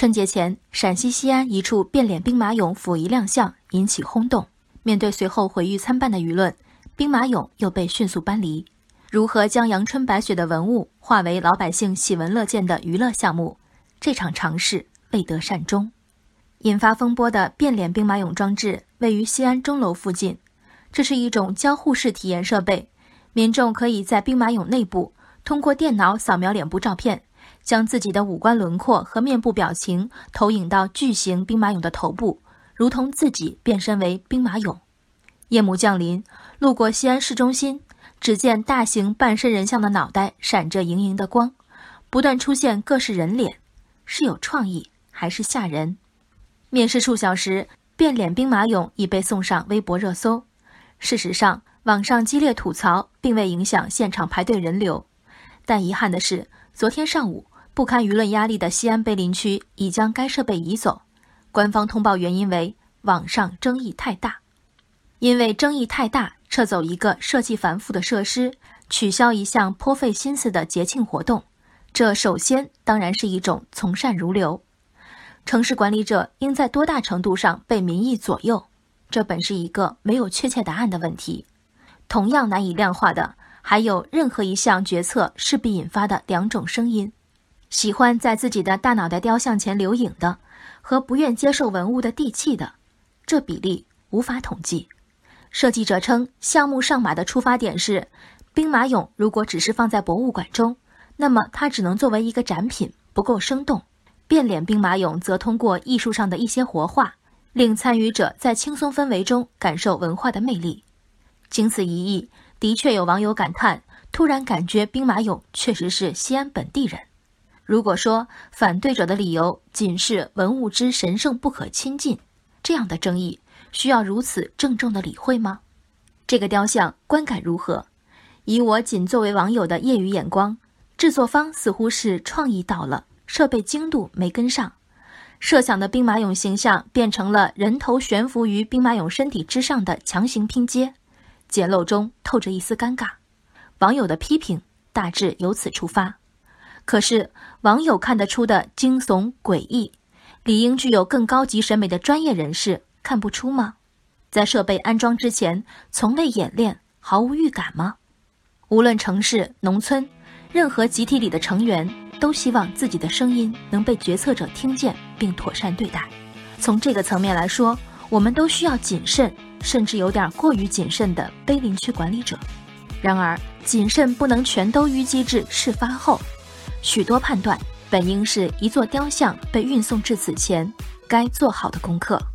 春节前，陕西西安一处变脸兵马俑甫一亮相，引起轰动。面对随后毁誉参半的舆论，兵马俑又被迅速搬离。如何将阳春白雪的文物化为老百姓喜闻乐见的娱乐项目？这场尝试未得善终。引发风波的变脸兵马俑装置位于西安钟楼附近，这是一种交互式体验设备，民众可以在兵马俑内部通过电脑扫描脸部照片，将自己的五官轮廓和面部表情投影到巨型兵马俑的头部，如同自己变身为兵马俑。夜幕降临，路过西安市中心，只见大型半身人像的脑袋闪着莹莹的光，不断出现各式人脸，是有创意还是吓人？面世数小时，变脸兵马俑已被送上微博热搜。事实上，网上激烈吐槽并未影响现场排队人流，但遗憾的是，昨天上午不堪舆论压力的西安碑林区已将该设备移走，官方通报原因为网上争议太大。因为争议太大，撤走一个设计繁复的设施，取消一项颇费心思的节庆活动，这首先当然是一种从善如流。城市管理者应在多大程度上被民意左右，这本是一个没有确切答案的问题。同样难以量化的，还有任何一项决策势必引发的两种声音：喜欢在自己的大脑袋雕像前留影的，和不愿接受文物的地气的，这比例无法统计。设计者称，项目上马的出发点是，兵马俑如果只是放在博物馆中，那么它只能作为一个展品，不够生动。变脸兵马俑则通过艺术上的一些活化，令参与者在轻松氛围中感受文化的魅力。经此一役，的确有网友感叹，突然感觉兵马俑确实是西安本地人。如果说反对者的理由仅是文物之神圣不可亲近，这样的争议需要如此郑重的理会吗？这个雕像观感如何？以我仅作为网友的业余眼光，制作方似乎是创意到了，设备精度没跟上，设想的兵马俑形象变成了人头悬浮于兵马俑身体之上的强行拼接，简陋中透着一丝尴尬。网友的批评大致由此出发。可是网友看得出的惊悚诡异，理应具有更高级审美的专业人士看不出吗？在设备安装之前从未演练，毫无预感吗？无论城市农村，任何集体里的成员都希望自己的声音能被决策者听见并妥善对待。从这个层面来说，我们都需要谨慎，甚至有点过于谨慎的碑林区管理者。然而谨慎不能全都淤积至事发后，许多判断本应是一座雕像被运送至此前该做好的功课。